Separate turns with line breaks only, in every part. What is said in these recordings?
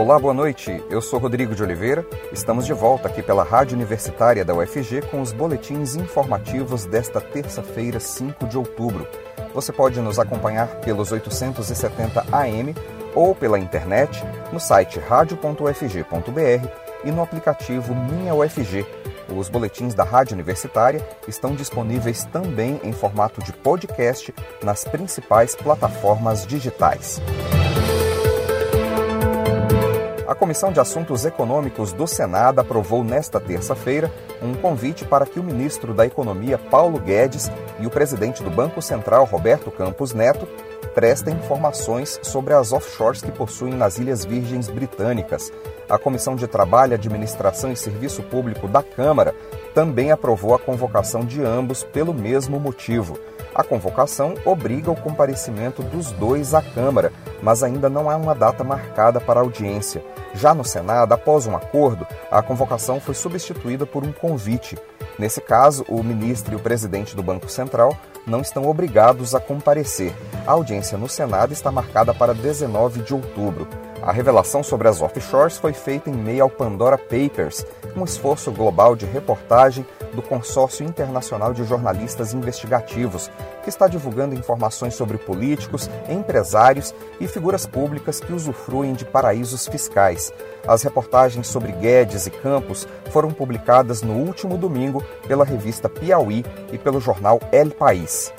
Olá, boa noite. Eu sou Rodrigo de Oliveira. Estamos de volta aqui pela Rádio Universitária da UFG com os boletins informativos desta terça-feira, 5 de outubro. Você pode nos acompanhar pelos 870 AM ou pela internet no site radio.ufg.br e no aplicativo Minha UFG. Os boletins da Rádio Universitária estão disponíveis também em formato de podcast nas principais plataformas digitais. A Comissão de Assuntos Econômicos do Senado aprovou nesta terça-feira um convite para que o ministro da Economia, Paulo Guedes, e o presidente do Banco Central, Roberto Campos Neto, prestem informações sobre as offshores que possuem nas Ilhas Virgens Britânicas. A Comissão de Trabalho, Administração e Serviço Público da Câmara também aprovou a convocação de ambos pelo mesmo motivo. A convocação obriga o comparecimento dos dois à Câmara, mas ainda não há uma data marcada para a audiência. Já no Senado, após um acordo, a convocação foi substituída por um convite. Nesse caso, o ministro e o presidente do Banco Central não estão obrigados a comparecer. A audiência no Senado está marcada para 19 de outubro. A revelação sobre as offshores foi feita em meio ao Pandora Papers, um esforço global de reportagem do Consórcio Internacional de Jornalistas Investigativos, que está divulgando informações sobre políticos, empresários e figuras públicas que usufruem de paraísos fiscais. As reportagens sobre Guedes e Campos foram publicadas no último domingo pela revista Piauí e pelo jornal El País.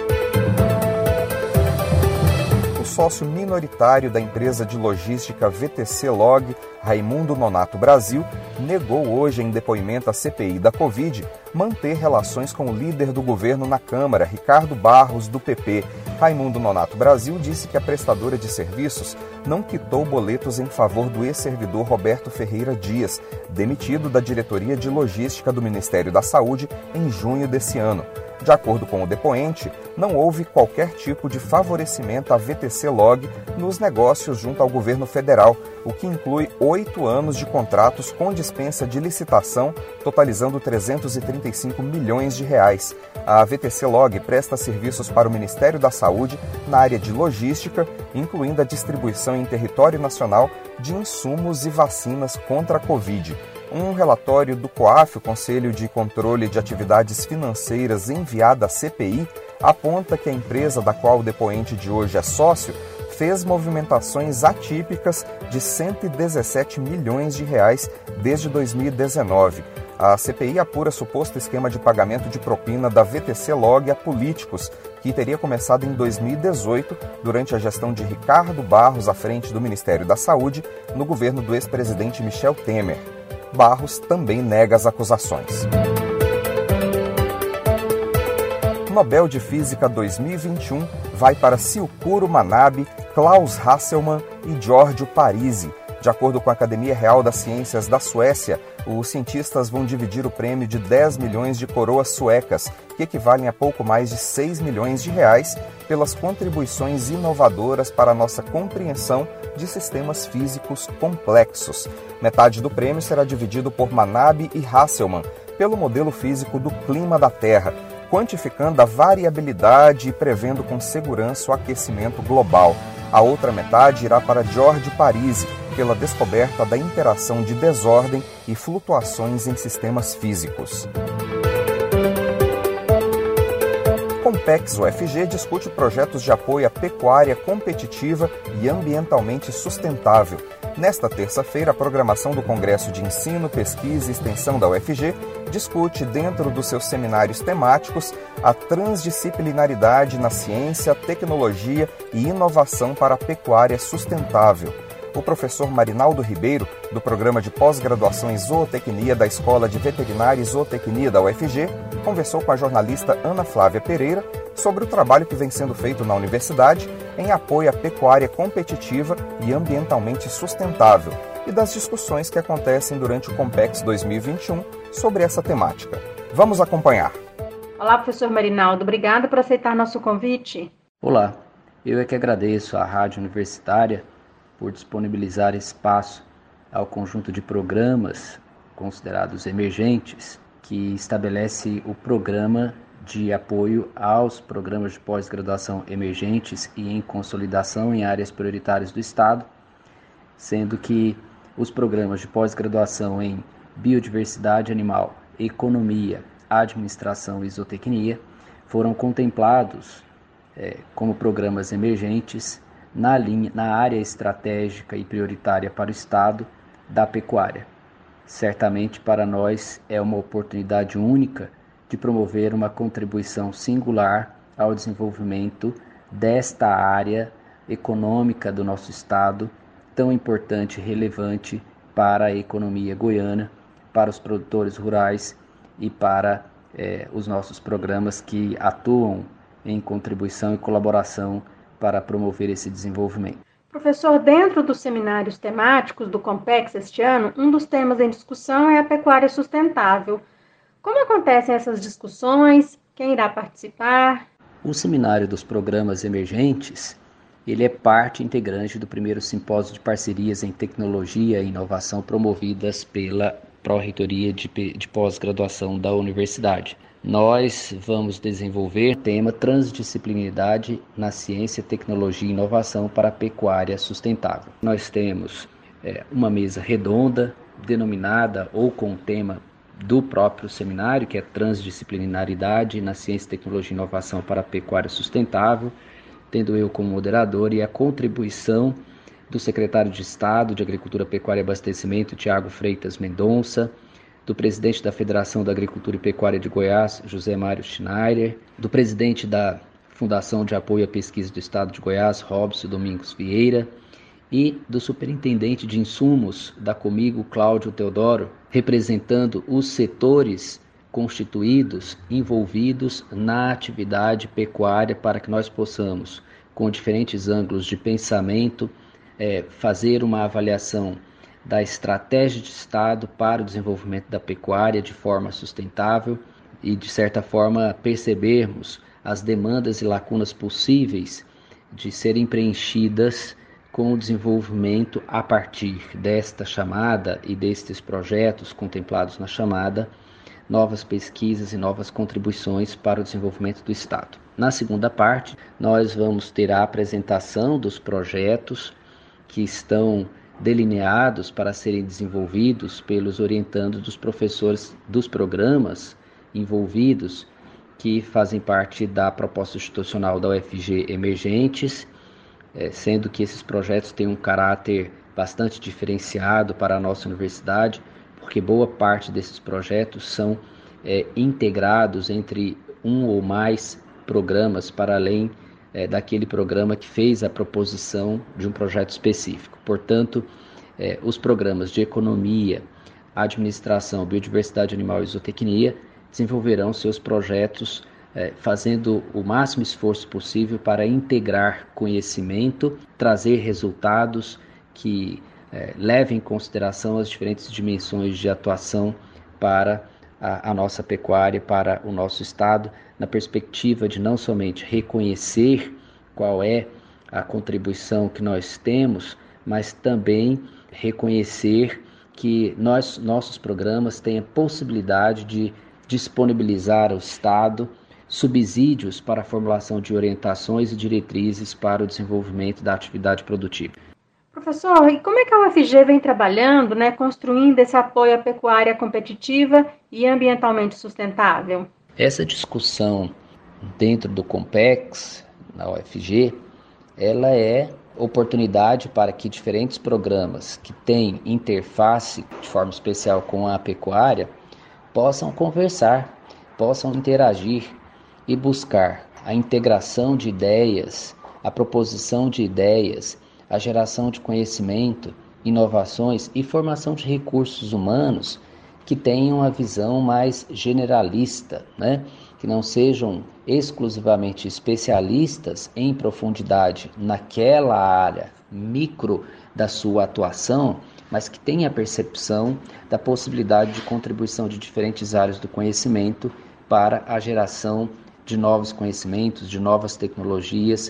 O sócio minoritário da empresa de logística VTC Log, Raimundo Nonato Brasil, negou hoje em depoimento à CPI da Covid manter relações com o líder do governo na Câmara, Ricardo Barros, do PP. Raimundo Nonato Brasil disse que a prestadora de serviços não quitou boletos em favor do ex-servidor Roberto Ferreira Dias, demitido da diretoria de logística do Ministério da Saúde em junho desse ano. De acordo com o depoente, não houve qualquer tipo de favorecimento à VTC Log nos negócios junto ao governo federal, o que inclui 8 anos de contratos com dispensa de licitação, totalizando 335 milhões de reais. A VTC Log presta serviços para o Ministério da Saúde na área de logística, incluindo a distribuição em território nacional de insumos e vacinas contra a Covid. Um relatório do COAF, o Conselho de Controle de Atividades Financeiras, enviado à CPI, aponta que a empresa da qual o depoente de hoje é sócio fez movimentações atípicas de 117 milhões de reais desde 2019. A CPI apura suposto esquema de pagamento de propina da VTC Log a políticos, que teria começado em 2018, durante a gestão de Ricardo Barros à frente do Ministério da Saúde, no governo do ex-presidente Michel Temer. Barros também nega as acusações. Nobel de Física 2021 vai para Silkuro Manabe, Klaus Hasselmann e Giorgio Parisi. De acordo com a Academia Real das Ciências da Suécia, os cientistas vão dividir o prêmio de 10 milhões de coroas suecas, que equivalem a pouco mais de 6 milhões de reais, pelas contribuições inovadoras para a nossa compreensão de sistemas físicos complexos. Metade do prêmio será dividido por Manabe e Hasselmann, pelo modelo físico do clima da Terra, quantificando a variabilidade e prevendo com segurança o aquecimento global. A outra metade irá para Giorgio Parisi, pela descoberta da interação de desordem e flutuações em sistemas físicos. Compex UFG discute projetos de apoio à pecuária competitiva e ambientalmente sustentável. Nesta terça-feira, a programação do Congresso de Ensino, Pesquisa e Extensão da UFG discute, dentro dos seus seminários temáticos, a transdisciplinaridade na ciência, tecnologia e inovação para a pecuária sustentável. O professor Marinaldo Ribeiro, do Programa de Pós-Graduação em Zootecnia da Escola de Veterinária e Zootecnia da UFG, conversou com a jornalista Ana Flávia Pereira sobre o trabalho que vem sendo feito na universidade em apoio à pecuária competitiva e ambientalmente sustentável e das discussões que acontecem durante o Compex 2021 sobre essa temática. Vamos acompanhar.
Olá, professor Marinaldo. Obrigada por aceitar nosso convite.
Olá, eu é que agradeço à Rádio Universitária por disponibilizar espaço ao conjunto de programas considerados emergentes que estabelece o programa de apoio aos programas de pós-graduação emergentes e em consolidação em áreas prioritárias do Estado sendo que os programas de pós-graduação em biodiversidade animal, economia, administração e zootecnia foram contemplados como programas emergentes na área estratégica e prioritária para o Estado da pecuária. Certamente para nós é uma oportunidade única de promover uma contribuição singular ao desenvolvimento desta área econômica do nosso Estado, tão importante e relevante para a economia goiana, para os produtores rurais e para os nossos programas que atuam em contribuição e colaboração para promover esse desenvolvimento.
Professor, dentro dos seminários temáticos do Compex este ano, um dos temas em discussão é a pecuária sustentável. Como acontecem essas discussões? Quem irá participar?
O Seminário dos Programas Emergentes, ele é parte integrante do primeiro simpósio de parcerias em tecnologia e inovação promovidas pela Pró-Reitoria de Pós-Graduação da Universidade. Nós vamos desenvolver o tema Transdisciplinaridade na Ciência, Tecnologia e Inovação para a Pecuária Sustentável. Nós temos uma mesa redonda, denominada ou com o tema do próprio seminário, que é Transdisciplinaridade na Ciência, Tecnologia e Inovação para a Pecuária Sustentável, tendo eu como moderador e a contribuição do secretário de Estado de Agricultura, Pecuária e Abastecimento, Tiago Freitas Mendonça, do presidente da Federação da Agricultura e Pecuária de Goiás, José Mário Schneider, do presidente da Fundação de Apoio à Pesquisa do Estado de Goiás, Robson Domingos Vieira, e do superintendente de insumos da Comigo, Cláudio Teodoro, representando os setores constituídos, envolvidos na atividade pecuária, para que nós possamos, com diferentes ângulos de pensamento, fazer uma avaliação da estratégia de Estado para o desenvolvimento da pecuária de forma sustentável e, de certa forma, percebermos as demandas e lacunas possíveis de serem preenchidas com o desenvolvimento a partir desta chamada e destes projetos contemplados na chamada, novas pesquisas e novas contribuições para o desenvolvimento do Estado. Na segunda parte, nós vamos ter a apresentação dos projetos que estão delineados para serem desenvolvidos pelos orientandos dos professores dos programas envolvidos, que fazem parte da proposta institucional da UFG Emergentes, sendo que esses projetos têm um caráter bastante diferenciado para a nossa universidade, porque boa parte desses projetos são integrados entre um ou mais programas, para além daquele programa que fez a proposição de um projeto específico. Portanto, os programas de economia, administração, biodiversidade animal e zootecnia desenvolverão seus projetos fazendo o máximo esforço possível para integrar conhecimento, trazer resultados que levem em consideração as diferentes dimensões de atuação para a nossa pecuária, para o nosso Estado, na perspectiva de não somente reconhecer qual é a contribuição que nós temos, mas também reconhecer que nossos programas têm a possibilidade de disponibilizar ao Estado subsídios para a formulação de orientações e diretrizes para o desenvolvimento da atividade produtiva.
Professor, e como é que a UFG vem trabalhando, construindo esse apoio à pecuária competitiva e ambientalmente sustentável?
Essa discussão dentro do Compex, na UFG, ela é oportunidade para que diferentes programas que têm interface de forma especial com a pecuária possam conversar, possam interagir e buscar a integração de ideias, a proposição de ideias, a geração de conhecimento, inovações e formação de recursos humanos que tenham a visão mais generalista, que não sejam exclusivamente especialistas em profundidade naquela área micro da sua atuação, mas que tenham a percepção da possibilidade de contribuição de diferentes áreas do conhecimento para a geração de novos conhecimentos, de novas tecnologias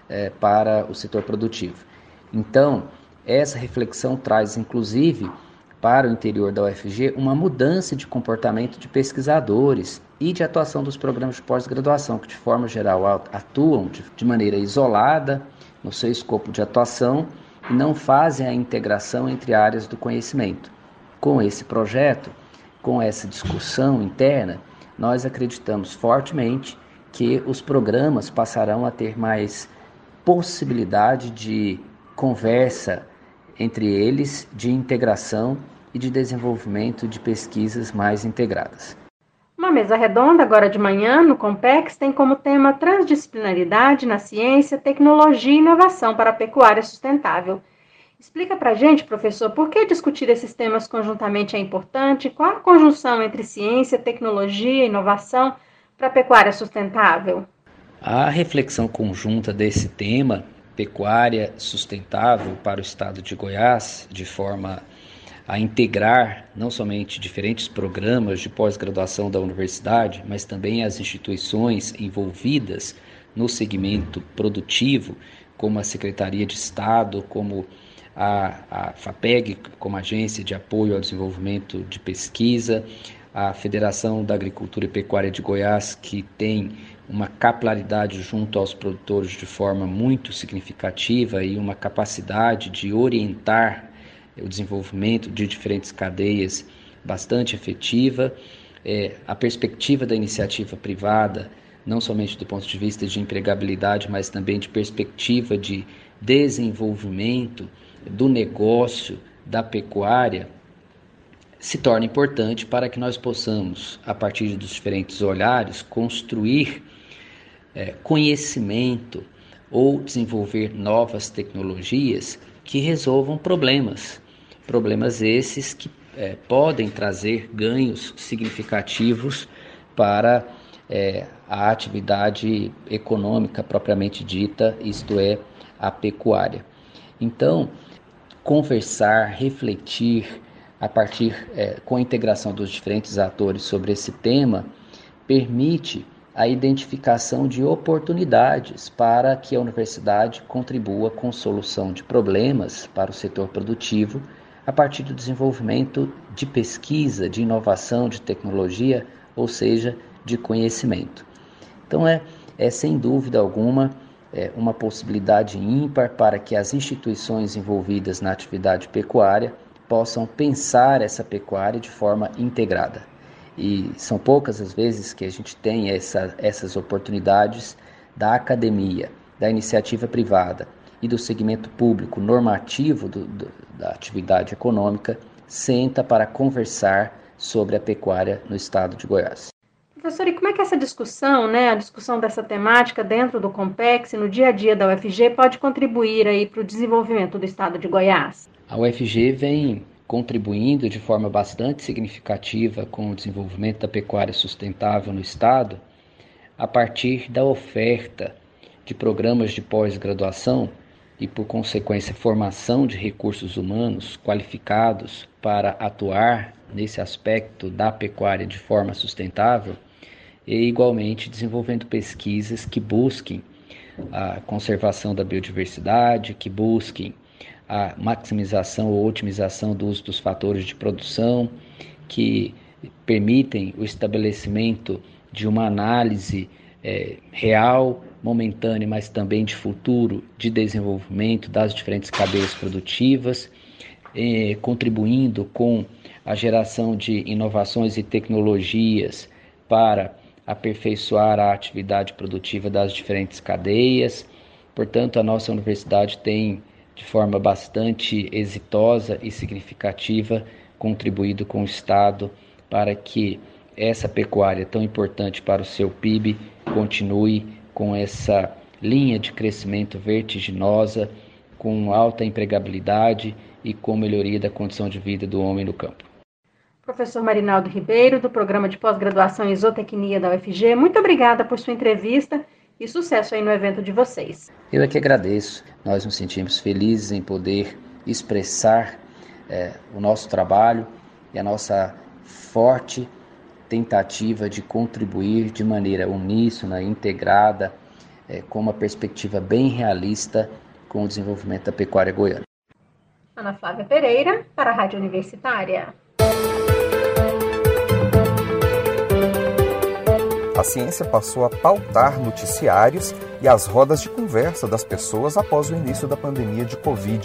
para o setor produtivo. Então, essa reflexão traz, inclusive, para o interior da UFG, uma mudança de comportamento de pesquisadores e de atuação dos programas de pós-graduação, que de forma geral atuam de maneira isolada no seu escopo de atuação e não fazem a integração entre áreas do conhecimento. Com esse projeto, com essa discussão interna, nós acreditamos fortemente que os programas passarão a ter mais possibilidade de conversa entre eles, de integração e de desenvolvimento de pesquisas mais integradas.
Uma mesa redonda agora de manhã no Compex tem como tema transdisciplinaridade na ciência, tecnologia e inovação para a pecuária sustentável. Explica para a gente, professor, por que discutir esses temas conjuntamente é importante? Qual a conjunção entre ciência, tecnologia e inovação para a pecuária sustentável?
A reflexão conjunta desse tema, pecuária sustentável para o estado de Goiás, de forma a integrar não somente diferentes programas de pós-graduação da universidade, mas também as instituições envolvidas no segmento produtivo, como a Secretaria de Estado, como a FAPEG, como Agência de Apoio ao Desenvolvimento de Pesquisa, a Federação da Agricultura e Pecuária de Goiás, que tem uma capilaridade junto aos produtores de forma muito significativa e uma capacidade de orientar o desenvolvimento de diferentes cadeias bastante efetiva, a perspectiva da iniciativa privada, não somente do ponto de vista de empregabilidade, mas também de perspectiva de desenvolvimento do negócio da pecuária, se torna importante para que nós possamos, a partir dos diferentes olhares, construir conhecimento ou desenvolver novas tecnologias que resolvam problemas esses que podem trazer ganhos significativos para a atividade econômica propriamente dita, isto é, a pecuária. Então, conversar, refletir a partir com a integração dos diferentes atores sobre esse tema permite a identificação de oportunidades para que a universidade contribua com solução de problemas para o setor produtivo a partir do desenvolvimento de pesquisa, de inovação, de tecnologia, ou seja, de conhecimento. Então é sem dúvida alguma uma possibilidade ímpar para que as instituições envolvidas na atividade pecuária possam pensar essa pecuária de forma integrada. E são poucas as vezes que a gente tem essas oportunidades da academia, da iniciativa privada e do segmento público normativo da atividade econômica, senta para conversar sobre a pecuária no estado de Goiás.
Professor, e como é que essa discussão, a discussão dessa temática dentro do Compex, no dia a dia da UFG, pode contribuir aí para o desenvolvimento do estado de Goiás?
A UFG vem contribuindo de forma bastante significativa com o desenvolvimento da pecuária sustentável no estado, a partir da oferta de programas de pós-graduação e, por consequência, formação de recursos humanos qualificados para atuar nesse aspecto da pecuária de forma sustentável e, igualmente, desenvolvendo pesquisas que busquem a conservação da biodiversidade, que busquem a maximização ou otimização do uso dos fatores de produção, que permitem o estabelecimento de uma análise real, momentânea, mas também de futuro, de desenvolvimento das diferentes cadeias produtivas, contribuindo com a geração de inovações e tecnologias para aperfeiçoar a atividade produtiva das diferentes cadeias. Portanto, a nossa universidade tem, de forma bastante exitosa e significativa, contribuído com o Estado para que essa pecuária tão importante para o seu PIB continue com essa linha de crescimento vertiginosa, com alta empregabilidade e com melhoria da condição de vida do homem no campo.
Professor Marinaldo Ribeiro, do Programa de Pós-Graduação em Zootecnia da UFG, muito obrigada por sua entrevista e sucesso aí no evento de vocês.
Eu é que agradeço. Nós nos sentimos felizes em poder expressar o nosso trabalho e a nossa forte tentativa de contribuir de maneira uníssona, integrada, com uma perspectiva bem realista com o desenvolvimento da pecuária goiana.
Ana Flávia Pereira, para a Rádio Universitária.
A ciência passou a pautar noticiários e as rodas de conversa das pessoas após o início da pandemia de Covid.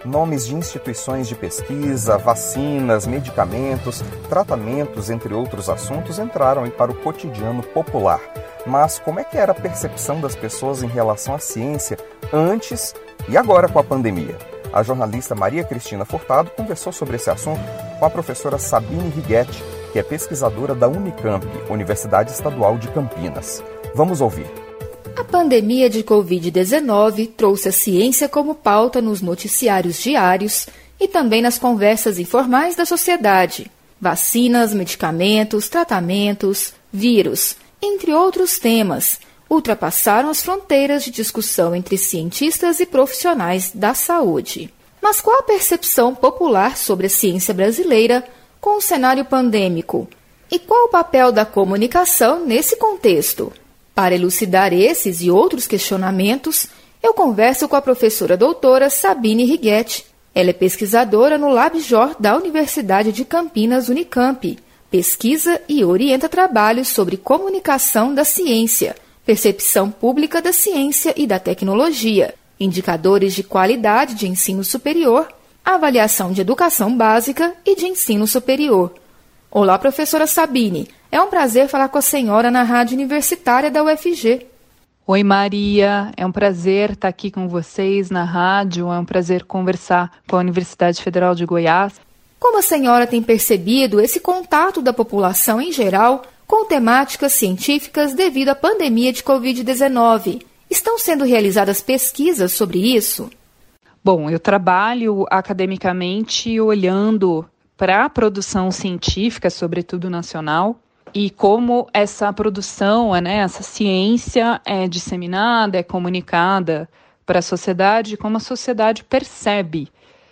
Nomes de instituições de pesquisa, vacinas, medicamentos, tratamentos, entre outros assuntos, entraram para o cotidiano popular. Mas como é que era a percepção das pessoas em relação à ciência antes e agora com a pandemia? A jornalista Maria Cristina Furtado conversou sobre esse assunto com a professora Sabine Righetti, que é pesquisadora da Unicamp, Universidade Estadual de Campinas. Vamos ouvir.
A pandemia de Covid-19 trouxe a ciência como pauta nos noticiários diários e também nas conversas informais da sociedade. Vacinas, medicamentos, tratamentos, vírus, entre outros temas, ultrapassaram as fronteiras de discussão entre cientistas e profissionais da saúde. Mas qual a percepção popular sobre a ciência brasileira com o cenário pandêmico? E qual o papel da comunicação nesse contexto? Para elucidar esses e outros questionamentos, eu converso com a professora doutora Sabine Righetti. Ela é pesquisadora no LabJOR da Universidade de Campinas, Unicamp. Pesquisa e orienta trabalhos sobre comunicação da ciência, percepção pública da ciência e da tecnologia, indicadores de qualidade de ensino superior, avaliação de educação básica e de ensino superior. Olá, professora Sabine. É um prazer falar com a senhora na Rádio Universitária da UFG.
Oi, Maria. É um prazer estar aqui com vocês na rádio. É um prazer conversar com a Universidade Federal de Goiás.
Como a senhora tem percebido esse contato da população em geral com temáticas científicas devido à pandemia de Covid-19? Estão sendo realizadas pesquisas sobre isso?
Bom, eu trabalho academicamente olhando para a produção científica, sobretudo nacional, e como essa produção, essa ciência é disseminada, é comunicada para a sociedade, como a sociedade percebe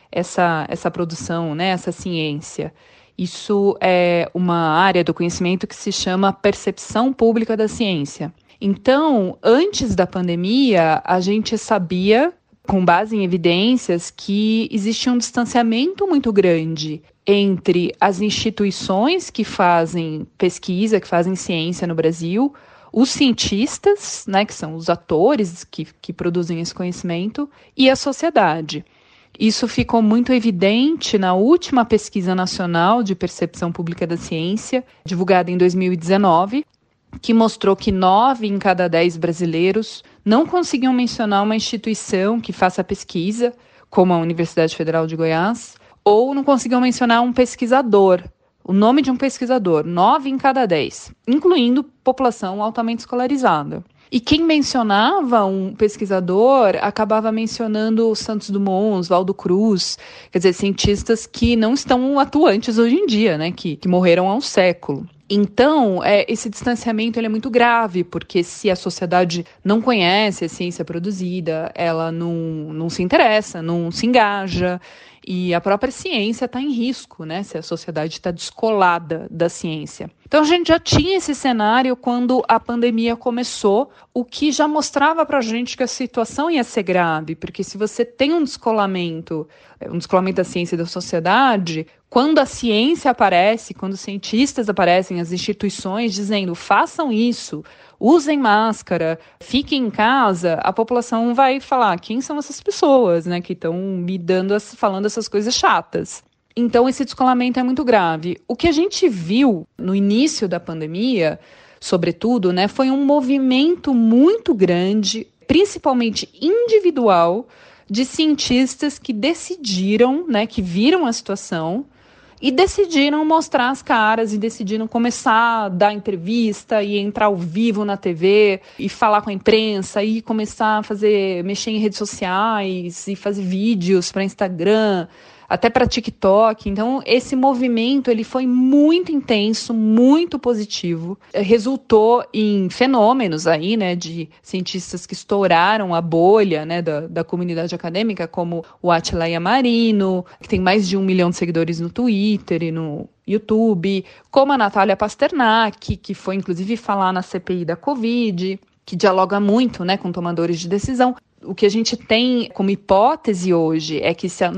essa produção, essa ciência. Isso é uma área do conhecimento que se chama percepção pública da ciência. Então, antes da pandemia, a gente sabia, com base em evidências, que existia um distanciamento muito grande entre as instituições que fazem pesquisa, que fazem ciência no Brasil, os cientistas, que são os atores que produzem esse conhecimento, e a sociedade. Isso ficou muito evidente na última pesquisa nacional de percepção pública da ciência, divulgada em 2019, que mostrou que 9 em cada 10 brasileiros não conseguiam mencionar uma instituição que faça pesquisa, como a Universidade Federal de Goiás, ou não conseguiam mencionar um pesquisador, o nome de um pesquisador, 9 em cada 10, incluindo população altamente escolarizada. E quem mencionava um pesquisador acabava mencionando o Santos Dumont, Oswaldo Cruz, quer dizer, cientistas que não estão atuantes hoje em dia, que morreram há um século. Então, esse distanciamento ele é muito grave, porque se a sociedade não conhece a ciência produzida, ela não se interessa, não se engaja, e a própria ciência está em risco, se a sociedade está descolada da ciência. Então, a gente já tinha esse cenário quando a pandemia começou, o que já mostrava para a gente que a situação ia ser grave, porque se você tem um descolamento da ciência e da sociedade, quando a ciência aparece, quando os cientistas aparecem, as instituições dizendo façam isso, usem máscara, fiquem em casa, a população vai falar quem são essas pessoas, que estão falando essas coisas chatas. Então, esse descolamento é muito grave. O que a gente viu no início da pandemia, sobretudo, foi um movimento muito grande, principalmente individual, de cientistas que decidiram, que viram a situação e decidiram mostrar as caras e decidiram começar a dar entrevista e entrar ao vivo na TV e falar com a imprensa e começar a mexer em redes sociais e fazer vídeos para Instagram, até para TikTok. Então, esse movimento ele foi muito intenso, muito positivo. Resultou em fenômenos aí, de cientistas que estouraram a bolha, da comunidade acadêmica, como o Átila Yamarino, que tem mais de 1 milhão de seguidores no Twitter e no YouTube, como a Natália Pasternak, que foi inclusive falar na CPI da Covid, que dialoga muito, com tomadores de decisão. O que a gente tem como hipótese hoje é que se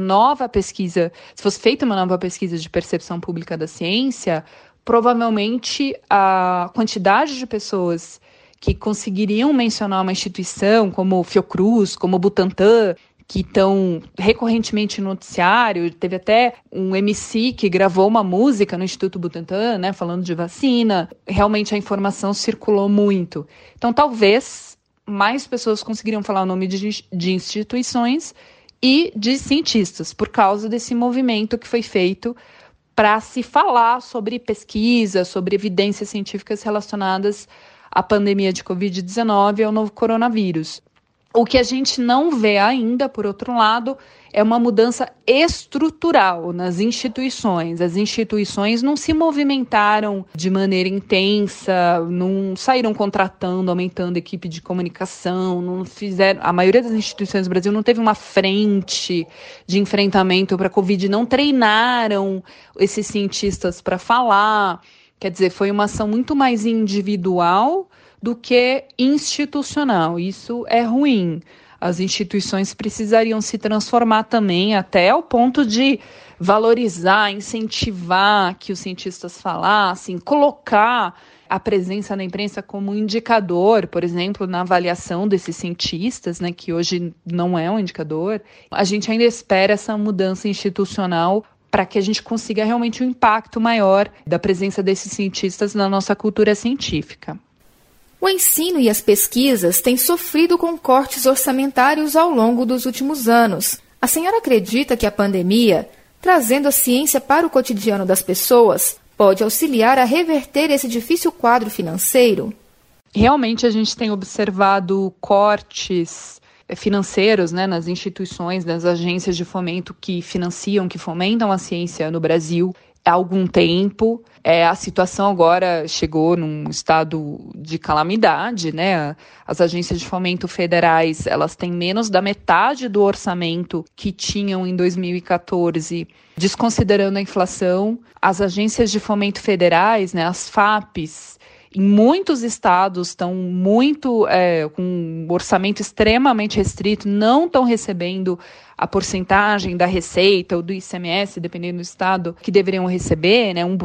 fosse feita uma nova pesquisa de percepção pública da ciência, provavelmente a quantidade de pessoas que conseguiriam mencionar uma instituição como o Fiocruz, como o Butantan, que estão recorrentemente no noticiário. Teve até um MC que gravou uma música no Instituto Butantan, né, falando de vacina. Realmente a informação circulou muito. Então, talvez mais pessoas conseguiriam falar o nome de instituições e de cientistas, por causa desse movimento que foi feito para se falar sobre pesquisa, sobre evidências científicas relacionadas à pandemia de Covid-19 e ao novo coronavírus. O que a gente não vê ainda, por outro lado, é uma mudança estrutural nas instituições. As instituições não se movimentaram de maneira intensa, não saíram contratando, aumentando a equipe de comunicação, não fizeram. A maioria das instituições do Brasil não teve uma frente de enfrentamento para a Covid, não treinaram esses cientistas para falar. Quer dizer, foi uma ação muito mais individual do que institucional. Isso é ruim. As instituições precisariam se transformar também até ao ponto de valorizar, incentivar que os cientistas falassem, colocar a presença da imprensa como indicador, por exemplo, na avaliação desses cientistas, né, que hoje não é um indicador. A gente ainda espera essa mudança institucional para que a gente consiga realmente um impacto maior da presença desses cientistas na nossa cultura científica.
O ensino e as pesquisas têm sofrido com cortes orçamentários ao longo dos últimos anos. A senhora acredita que a pandemia, trazendo a ciência para o cotidiano das pessoas, pode auxiliar a reverter esse difícil quadro financeiro?
Realmente a gente tem observado cortes financeiros, né, nas instituições, nas agências de fomento que financiam, que fomentam a ciência no Brasil há algum tempo. A situação agora chegou num estado de calamidade, né? As agências de fomento federais, elas têm menos da metade do orçamento que tinham em 2014, desconsiderando a inflação. As agências de fomento federais, né, as FAPs, em muitos estados estão com um orçamento extremamente restrito, não estão recebendo a porcentagem da receita ou do ICMS, dependendo do estado, que deveriam receber, né, 1%,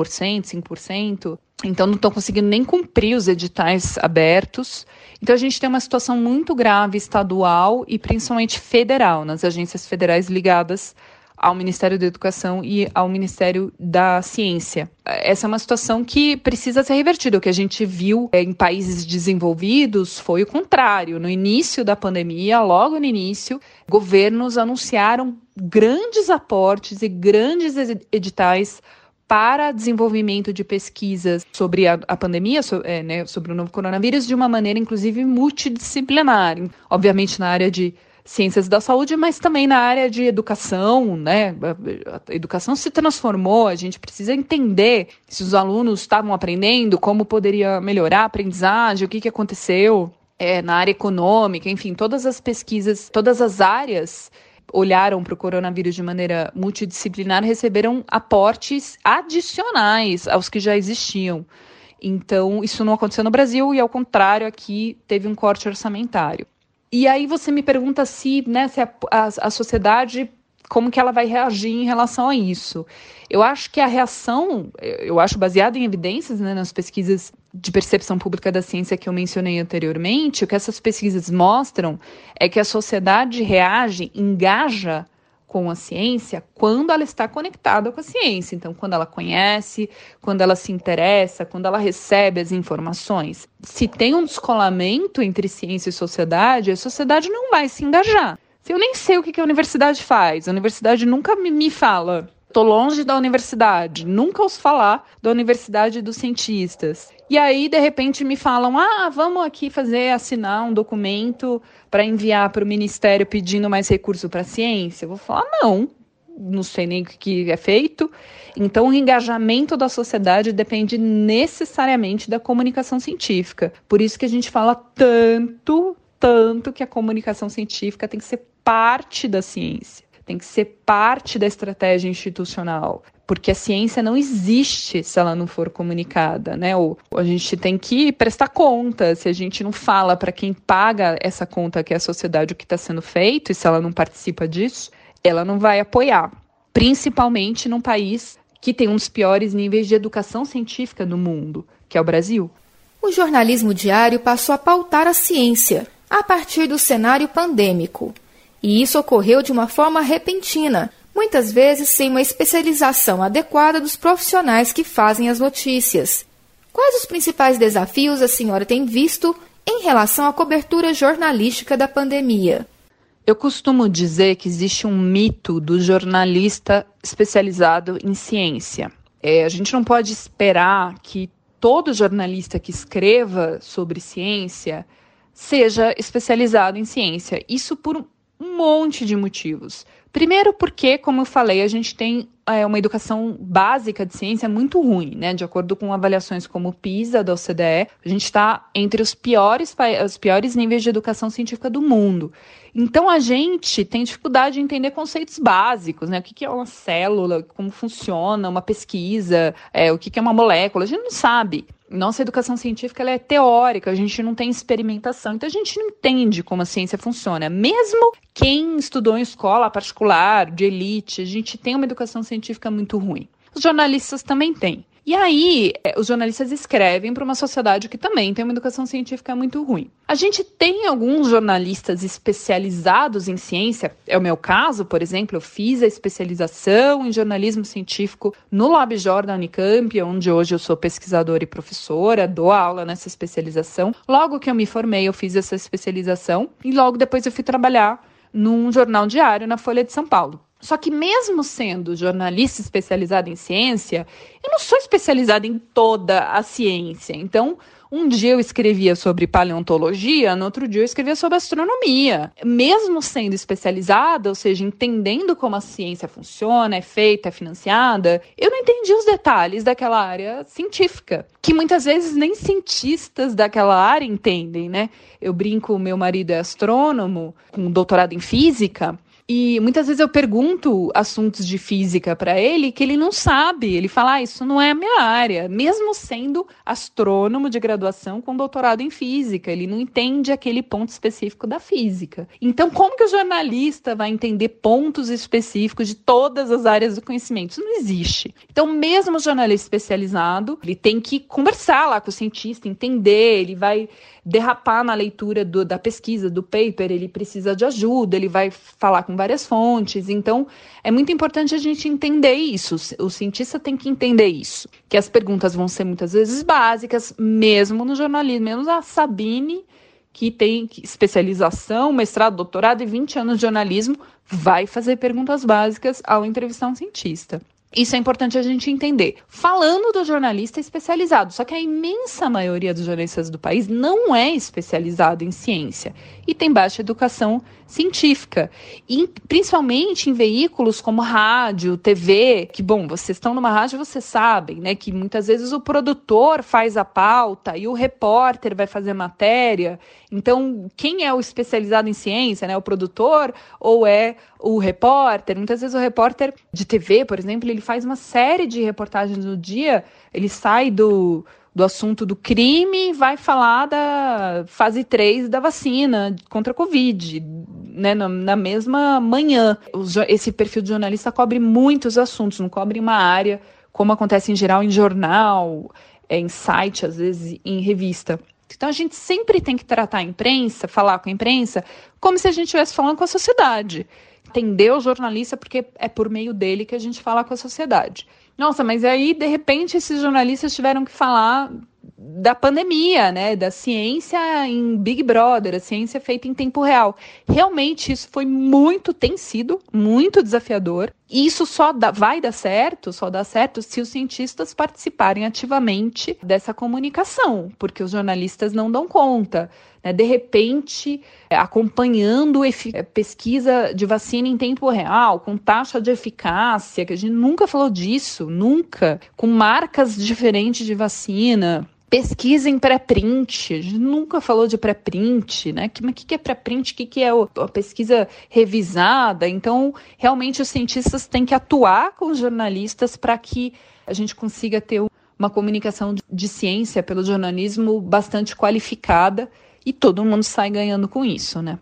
5%. Então não estão conseguindo nem cumprir os editais abertos. Então a gente tem uma situação muito grave estadual e principalmente federal, nas agências federais ligadas ao Ministério da Educação e ao Ministério da Ciência. Essa é uma situação que precisa ser revertida. O que a gente viu em países desenvolvidos foi o contrário. No início da pandemia, logo no início, governos anunciaram grandes aportes e grandes editais para desenvolvimento de pesquisas sobre a pandemia, sobre o novo coronavírus, de uma maneira, inclusive, multidisciplinar. Obviamente, na área de ciências da saúde, mas também na área de educação, né? A educação se transformou, a gente precisa entender se os alunos estavam aprendendo, como poderia melhorar a aprendizagem, o que aconteceu na área econômica, enfim, todas as pesquisas, todas as áreas olharam para o coronavírus de maneira multidisciplinar, receberam aportes adicionais aos que já existiam. Então, isso não aconteceu no Brasil e, ao contrário, aqui teve um corte orçamentário. E aí você me pergunta se a sociedade, como que ela vai reagir em relação a isso. Eu acho que a reação, baseada em evidências, né, nas pesquisas de percepção pública da ciência que eu mencionei anteriormente, o que essas pesquisas mostram é que a sociedade reage, engaja com a ciência quando ela está conectada com a ciência. Então, quando ela conhece, quando ela se interessa, quando ela recebe as informações. Se tem um descolamento entre ciência e sociedade, a sociedade não vai se engajar. Se eu nem sei o que a universidade faz, a universidade nunca me fala, estou longe da universidade, nunca ouço falar da universidade dos cientistas. E aí, de repente, me falam, vamos aqui assinar um documento para enviar para o Ministério pedindo mais recurso para a ciência. Eu vou falar, não sei nem o que é feito. Então, o engajamento da sociedade depende necessariamente da comunicação científica. Por isso que a gente fala tanto que a comunicação científica tem que ser parte da ciência. Tem que ser parte da estratégia institucional, porque a ciência não existe se ela não for comunicada, né? A gente tem que prestar conta. Se a gente não fala para quem paga essa conta, que é a sociedade, o que está sendo feito, e se ela não participa disso, ela não vai apoiar, principalmente num país que tem um dos piores níveis de educação científica do mundo, que é o Brasil.
O jornalismo diário passou a pautar a ciência a partir do cenário pandêmico. E isso ocorreu de uma forma repentina, muitas vezes sem uma especialização adequada dos profissionais que fazem as notícias. Quais os principais desafios a senhora tem visto em relação à cobertura jornalística da pandemia?
Eu costumo dizer que existe um mito do jornalista especializado em ciência. A gente não pode esperar que todo jornalista que escreva sobre ciência seja especializado em ciência. Isso por um monte de motivos. Primeiro porque, como eu falei, a gente tem uma educação básica de ciência muito ruim, né? De acordo com avaliações como o PISA, da OCDE, a gente está entre os piores níveis de educação científica do mundo. Então, a gente tem dificuldade de entender conceitos básicos, né? O que é uma célula, como funciona uma pesquisa, o que é uma molécula, a gente não sabe. Nossa educação científica ela é teórica, a gente não tem experimentação, então a gente não entende como a ciência funciona. Mesmo quem estudou em escola particular, de elite, a gente tem uma educação científica muito ruim. Os jornalistas também têm. E aí, os jornalistas escrevem para uma sociedade que também tem uma educação científica muito ruim. A gente tem alguns jornalistas especializados em ciência, é o meu caso, por exemplo, eu fiz a especialização em jornalismo científico no LabJOR da Unicamp, onde hoje eu sou pesquisadora e professora, dou aula nessa especialização. Logo que eu me formei, eu fiz essa especialização e logo depois eu fui trabalhar num jornal diário na Folha de São Paulo. Só que mesmo sendo jornalista especializada em ciência, eu não sou especializada em toda a ciência. Então, um dia eu escrevia sobre paleontologia, no outro dia eu escrevia sobre astronomia. Mesmo sendo especializada, ou seja, entendendo como a ciência funciona, é feita, é financiada, eu não entendi os detalhes daquela área científica, que muitas vezes nem cientistas daquela área entendem, né? Eu brinco, meu marido é astrônomo, com doutorado em física, e muitas vezes eu pergunto assuntos de física para ele que ele não sabe. Ele fala, isso não é a minha área. Mesmo sendo astrônomo de graduação com doutorado em física, ele não entende aquele ponto específico da física. Então, como que o jornalista vai entender pontos específicos de todas as áreas do conhecimento? Isso não existe. Então, mesmo o jornalista especializado, ele tem que conversar lá com o cientista, entender, ele vai derrapar na leitura da pesquisa, do paper, ele precisa de ajuda, ele vai falar com várias fontes. Então, é muito importante a gente entender isso. O cientista tem que entender isso. Que as perguntas vão ser muitas vezes básicas, mesmo no jornalismo. Menos a Sabine, que tem especialização, mestrado, doutorado e 20 anos de jornalismo, vai fazer perguntas básicas ao entrevistar um cientista. Isso é importante a gente entender. Falando do jornalista especializado, só que a imensa maioria dos jornalistas do país não é especializado em ciência e tem baixa educação científica. E principalmente em veículos como rádio, TV, que, bom, vocês estão numa rádio, vocês sabem, né, que muitas vezes o produtor faz a pauta e o repórter vai fazer matéria. Então, quem é o especializado em ciência, né, o produtor ou é o repórter? Muitas vezes o repórter de TV, por exemplo, ele faz uma série de reportagens no dia, ele sai do assunto do crime e vai falar da fase 3 da vacina contra a Covid, né, na mesma manhã. Esse perfil de jornalista cobre muitos assuntos, não cobre uma área, como acontece em geral em jornal, em site, às vezes em revista. Então, a gente sempre tem que tratar a imprensa, falar com a imprensa, como se a gente estivesse falando com a sociedade. Entender o jornalista, porque é por meio dele que a gente fala com a sociedade. Nossa, mas aí, de repente, esses jornalistas tiveram que falar da pandemia, né, da ciência em Big Brother, a ciência feita em tempo real. Realmente, isso tem sido muito desafiador. E isso só dá certo se os cientistas participarem ativamente dessa comunicação, porque os jornalistas não dão conta. Né? De repente, acompanhando pesquisa de vacina em tempo real, com taxa de eficácia, que a gente nunca falou disso, nunca, com marcas diferentes de vacina. Pesquisa em pré-print, a gente nunca falou de pré-print, né? Mas o que é pré-print? O que é a pesquisa revisada? Então, realmente, os cientistas têm que atuar com os jornalistas para que a gente consiga ter uma comunicação de ciência pelo jornalismo bastante qualificada e todo mundo sai ganhando com isso, né?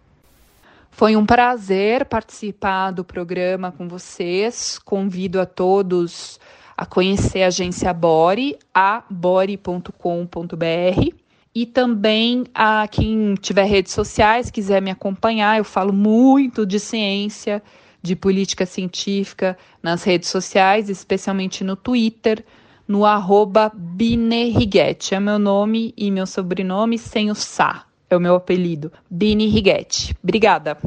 Foi um prazer participar do programa com vocês. Convido a todos a conhecer a agência Bore, abore.com.br, E também a quem tiver redes sociais, quiser me acompanhar, eu falo muito de ciência, de política científica nas redes sociais, especialmente no Twitter, no @Bine_Righetti. É meu nome e meu sobrenome sem o Sá. É o meu apelido, Bine Righetti. Obrigada.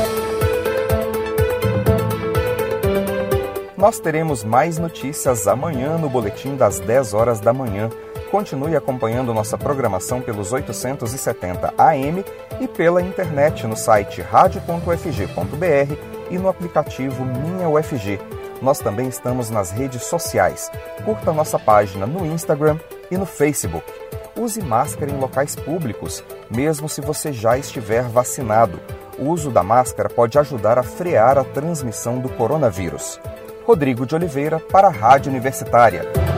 Nós teremos mais notícias amanhã no boletim das 10 horas da manhã. Continue acompanhando nossa programação pelos 870 AM e pela internet no site radio.ufg.br e no aplicativo Minha UFG. Nós também estamos nas redes sociais. Curta nossa página no Instagram e no Facebook. Use máscara em locais públicos, mesmo se você já estiver vacinado. O uso da máscara pode ajudar a frear a transmissão do coronavírus. Rodrigo de Oliveira para a Rádio Universitária.